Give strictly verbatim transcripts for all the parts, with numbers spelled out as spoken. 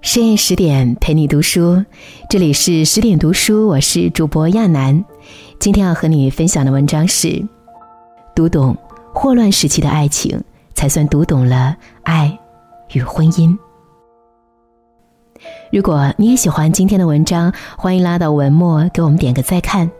深夜十点陪你读书，这里是十点读书，我是主播亚楠。今天要和你分享的文章是读懂霍乱时期的爱情，才算读懂了爱与婚姻。如果你也喜欢今天的文章，欢迎拉到文末给我们点个再看。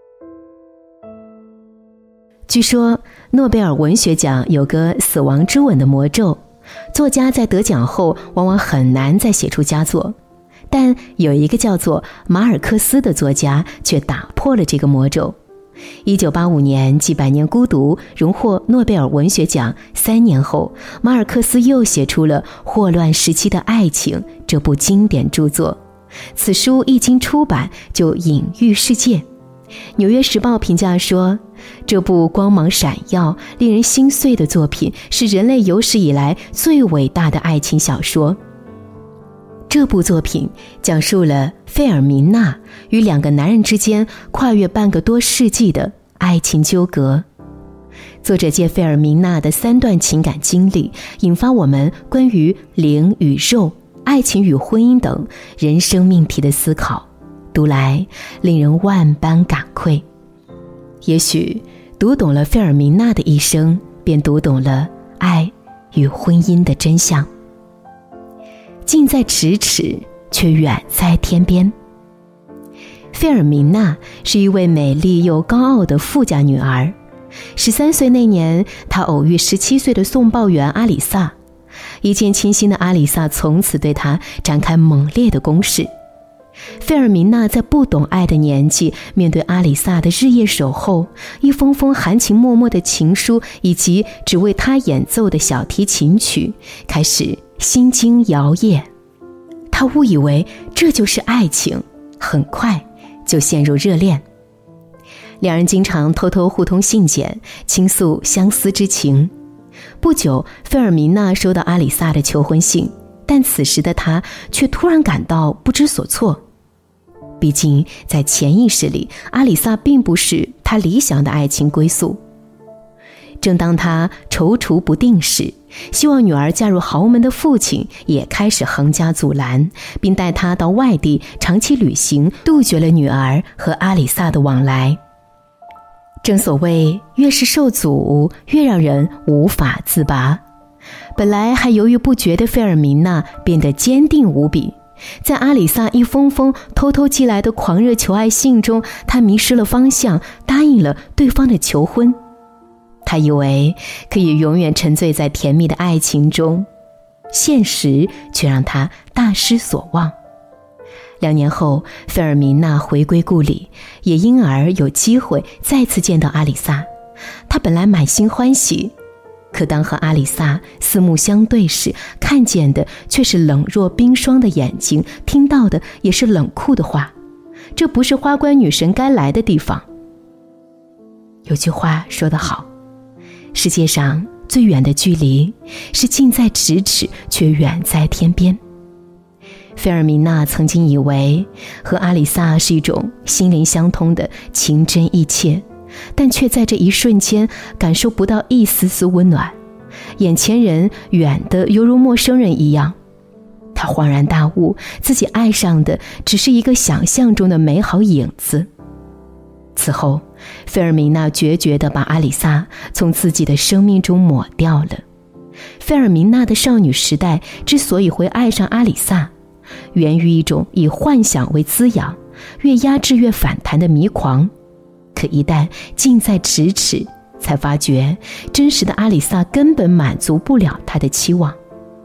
据说诺贝尔文学奖有个死亡之吻的魔咒，作家在得奖后往往很难再写出佳作，但有一个叫做马尔克斯的作家却打破了这个魔咒。一九八五年继《百年孤独》荣获诺贝尔文学奖，三年后马尔克斯又写出了《霍乱时期的爱情》这部经典著作，此书一经出版就隐喻世界。纽约时报评价说，这部光芒闪耀令人心碎的作品是人类有史以来最伟大的爱情小说。这部作品讲述了费尔明娜与两个男人之间跨越半个多世纪的爱情纠葛。作者借费尔明娜的三段情感经历，引发我们关于灵与肉、爱情与婚姻等人生命题的思考，读来令人万般感愧。也许读懂了费尔明娜的一生，便读懂了爱与婚姻的真相。近在咫尺，却远在天边。费尔明娜是一位美丽又高傲的富家女儿。十三岁那年，她偶遇十七岁的送报员阿里萨，一见倾心的阿里萨从此对她展开猛烈的攻势。费尔明娜在不懂爱的年纪，面对阿里萨的日夜守候，一封封含情脉脉的情书，以及只为他演奏的小提琴曲，开始心惊摇曳。他误以为这就是爱情，很快就陷入热恋。两人经常偷偷互通信件，倾诉相思之情。不久，费尔明娜收到阿里萨的求婚信，但此时的她却突然感到不知所措。毕竟在潜意识里，阿里萨并不是她理想的爱情归宿。正当她踌躇不定时，希望女儿嫁入豪门的父亲也开始横加阻拦，并带她到外地长期旅行，杜绝了女儿和阿里萨的往来。正所谓越是受阻，越让人无法自拔。本来还犹豫不决的费尔明娜变得坚定无比，在阿里萨一封封偷偷寄来的狂热求爱信中，她迷失了方向，答应了对方的求婚。她以为可以永远沉醉在甜蜜的爱情中，现实却让她大失所望。两年后，费尔明娜回归故里，也因而有机会再次见到阿里萨。她本来满心欢喜，可当和阿里萨四目相对时，看见的却是冷若冰霜的眼睛，听到的也是冷酷的话。这不是花冠女神该来的地方。有句话说得好，世界上最远的距离是近在咫尺，却远在天边。费尔明娜曾经以为和阿里萨是一种心灵相通的情真意切，但却在这一瞬间感受不到一丝丝温暖，眼前人远得犹如陌生人一样。她恍然大悟，自己爱上的只是一个想象中的美好影子。此后，费尔明娜决绝地把阿里萨从自己的生命中抹掉了。费尔明娜的少女时代之所以会爱上阿里萨，源于一种以幻想为滋养，越压制越反弹的迷狂。可一旦近在咫尺，才发觉真实的阿里萨根本满足不了他的期望。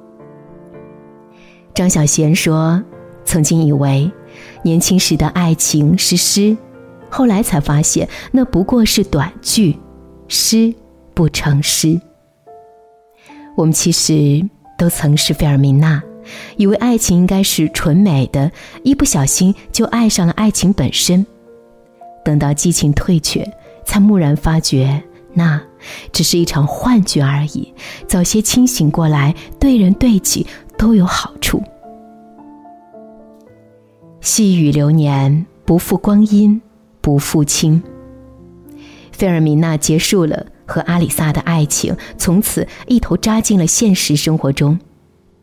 张小娴说，曾经以为年轻时的爱情是诗，后来才发现那不过是短句，诗不成诗。我们其实都曾是费尔明娜，以为爱情应该是纯美的，一不小心就爱上了爱情本身。等到激情退却，才蓦然发觉那只是一场幻觉而已，早些清醒过来，对人对己都有好处。细雨流年，不负光阴，不负卿。费尔明娜结束了和阿里萨的爱情，从此一头扎进了现实生活中。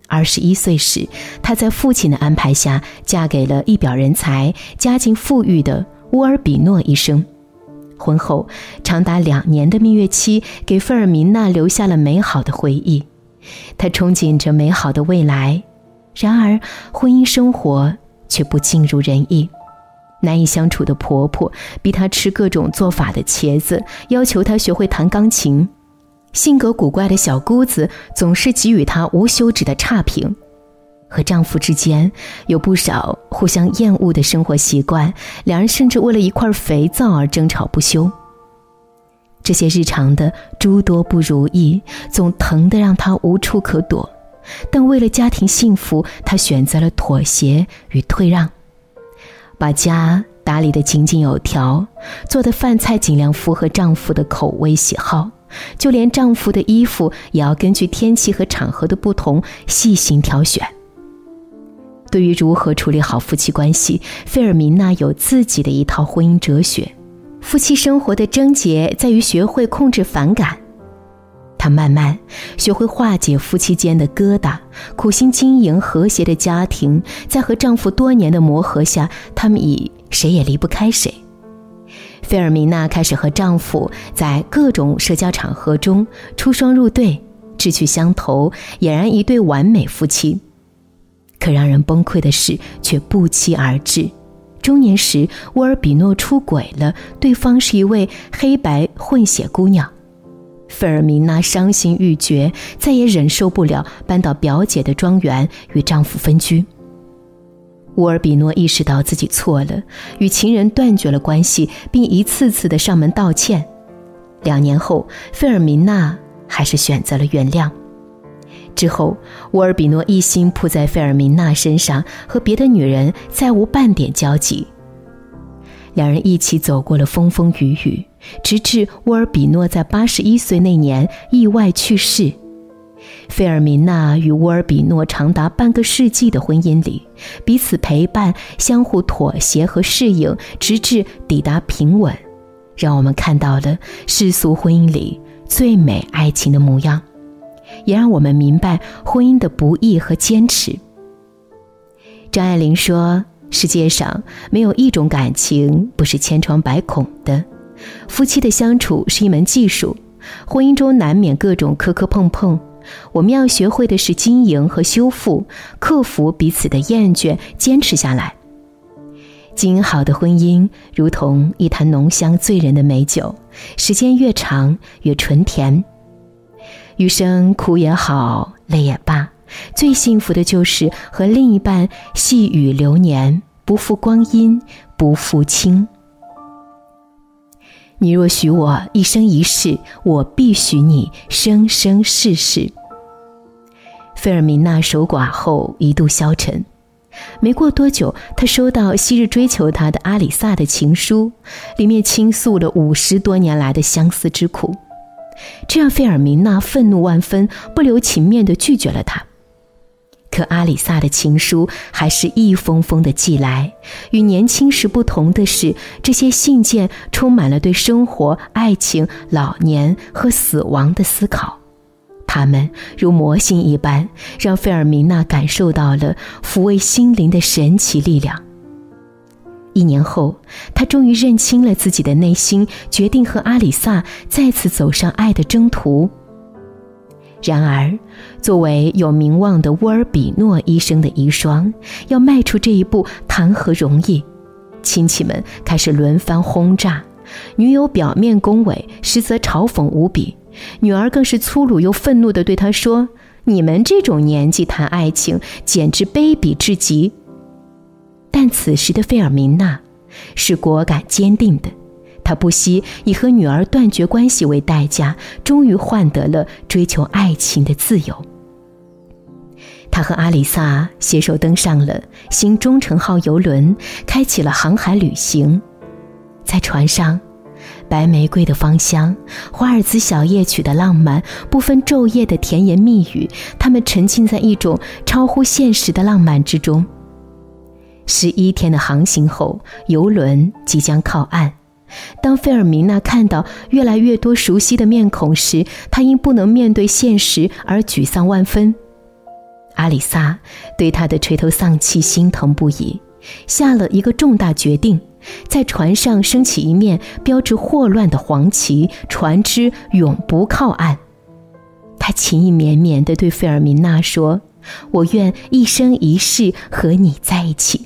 二十一岁时，她在父亲的安排下嫁给了一表人才、家境富裕的乌尔比诺医生。婚后长达两年的蜜月期给费尔明娜留下了美好的回忆，她憧憬着美好的未来。然而婚姻生活却不尽如人意，难以相处的婆婆逼她吃各种做法的茄子，要求她学会弹钢琴。性格古怪的小姑子总是给予她无休止的差评。和丈夫之间有不少互相厌恶的生活习惯，两人甚至为了一块肥皂而争吵不休。这些日常的诸多不如意总疼得让她无处可躲，但为了家庭幸福，她选择了妥协与退让，把家打理得井井有条，做的饭菜尽量符合丈夫的口味喜好，就连丈夫的衣服也要根据天气和场合的不同细心挑选。对于如何处理好夫妻关系，费尔明娜有自己的一套婚姻哲学。夫妻生活的症结在于学会控制反感。她慢慢学会化解夫妻间的疙瘩，苦心经营和谐的家庭。在和丈夫多年的磨合下，他们已谁也离不开谁。费尔明娜开始和丈夫在各种社交场合中出双入对，志趣相投，俨然一对完美夫妻。可让人崩溃的事却不期而至。中年时，乌尔比诺出轨了，对方是一位黑白混血姑娘。费尔明娜伤心欲绝，再也忍受不了，搬到表姐的庄园与丈夫分居。乌尔比诺意识到自己错了，与情人断绝了关系，并一次次的上门道歉。两年后，费尔明娜还是选择了原谅。之后，乌尔比诺一心扑在费尔明娜身上，和别的女人再无半点交集。两人一起走过了风风雨雨，直至乌尔比诺在八十一岁那年意外去世。费尔明娜与乌尔比诺长达半个世纪的婚姻里，彼此陪伴，相互妥协和适应，直至抵达平稳，让我们看到了世俗婚姻里最美爱情的模样，也让我们明白婚姻的不易和坚持。张爱玲说，世界上没有一种感情不是千疮百孔的，夫妻的相处是一门技术，婚姻中难免各种磕磕碰碰，我们要学会的是经营和修复，克服彼此的厌倦，坚持下来。经营好的婚姻如同一坛浓香醉人的美酒，时间越长越醇甜。余生苦也好，累也罢，最幸福的就是和另一半细雨流年，不负光阴，不负卿。你若许我一生一世，我必许你生生世世。费尔明娜守寡后一度消沉，没过多久，她收到昔日追求她的阿里萨的情书，里面倾诉了五十多年来的相思之苦。这让费尔明娜愤怒万分，不留情面地拒绝了他。可阿里萨的情书还是一封封地寄来，与年轻时不同的是，这些信件充满了对生活、爱情、老年和死亡的思考。它们如魔性一般，让费尔明娜感受到了抚慰心灵的神奇力量。一年后，她终于认清了自己的内心，决定和阿里萨再次走上爱的征途。然而，作为有名望的乌尔比诺医生的遗孀，要迈出这一步谈何容易？亲戚们开始轮番轰炸，女友表面恭维，实则嘲讽无比，女儿更是粗鲁又愤怒地对她说：“你们这种年纪谈爱情，简直卑鄙至极。”但此时的费尔明娜是果敢坚定的，她不惜以和女儿断绝关系为代价，终于换得了追求爱情的自由。她和阿里萨携手登上了新忠诚号邮轮，开启了航海旅行。在船上，白玫瑰的芳香，华尔兹小夜曲的浪漫，不分昼夜的甜言蜜语，他们沉浸在一种超乎现实的浪漫之中。十一天的航行后，游轮即将靠岸。当费尔明娜看到越来越多熟悉的面孔时，她因不能面对现实而沮丧万分。 阿里萨对他的垂头丧气心疼不已，下了一个重大决定，在船上升起一面标志祸乱的黄旗，船只永不靠岸。他情意绵绵地对费尔明娜说，我愿一生一世和你在一起。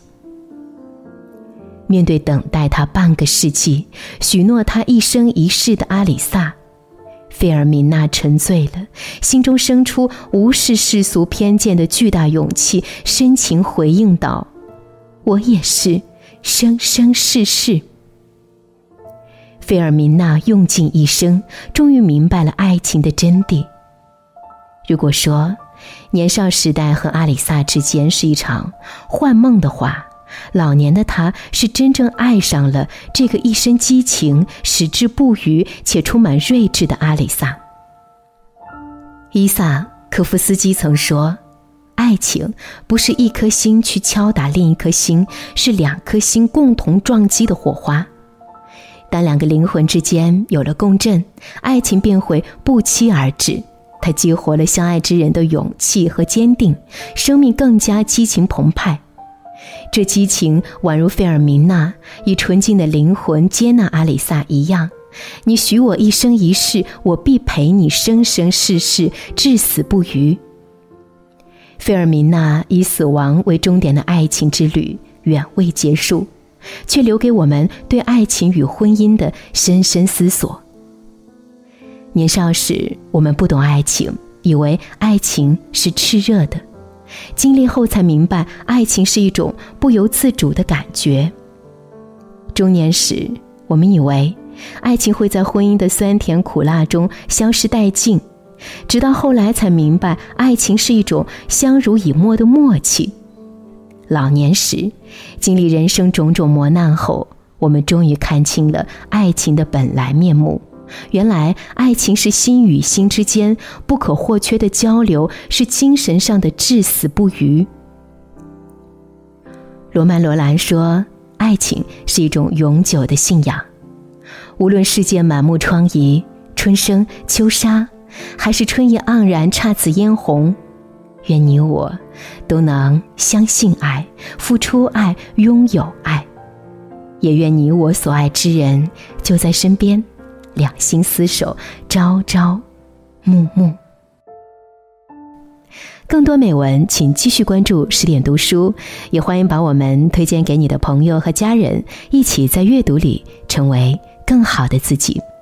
面对等待他半个世纪，许诺他一生一世的阿里萨，费尔明娜沉醉了，心中生出无视世俗偏见的巨大勇气，深情回应道，我也是生生世世。费尔明娜用尽一生，终于明白了爱情的真谛。如果说年少时代和阿里萨之间是一场幻梦的话，老年的他是真正爱上了这个一身激情、矢志不渝且充满睿智的阿里萨。伊萨科夫斯基曾说，爱情不是一颗心去敲打另一颗心，是两颗心共同撞击的火花。当两个灵魂之间有了共振，爱情便会不期而至。它激活了相爱之人的勇气和坚定，生命更加激情澎湃。这激情宛如费尔明娜以纯净的灵魂接纳阿里萨一样，你许我一生一世，我必陪你生生世世，至死不渝。费尔明娜以死亡为终点的爱情之旅远未结束，却留给我们对爱情与婚姻的深深思索。年少时我们不懂爱情，以为爱情是炽热的，经历后才明白爱情是一种不由自主的感觉。中年时我们以为爱情会在婚姻的酸甜苦辣中消失殆尽，直到后来才明白爱情是一种相濡以沫的默契。老年时经历人生种种磨难后，我们终于看清了爱情的本来面目。原来爱情是心与心之间不可或缺的交流，是精神上的至死不渝。罗曼·罗兰说，爱情是一种永久的信仰。无论世界满目疮痍，春生秋沙，还是春意盎然姹紫嫣红，愿你我都能相信爱，付出爱，拥有爱。也愿你我所爱之人就在身边，两心厮守，朝朝暮暮。更多美文请继续关注十点读书，也欢迎把我们推荐给你的朋友和家人，一起在阅读里成为更好的自己。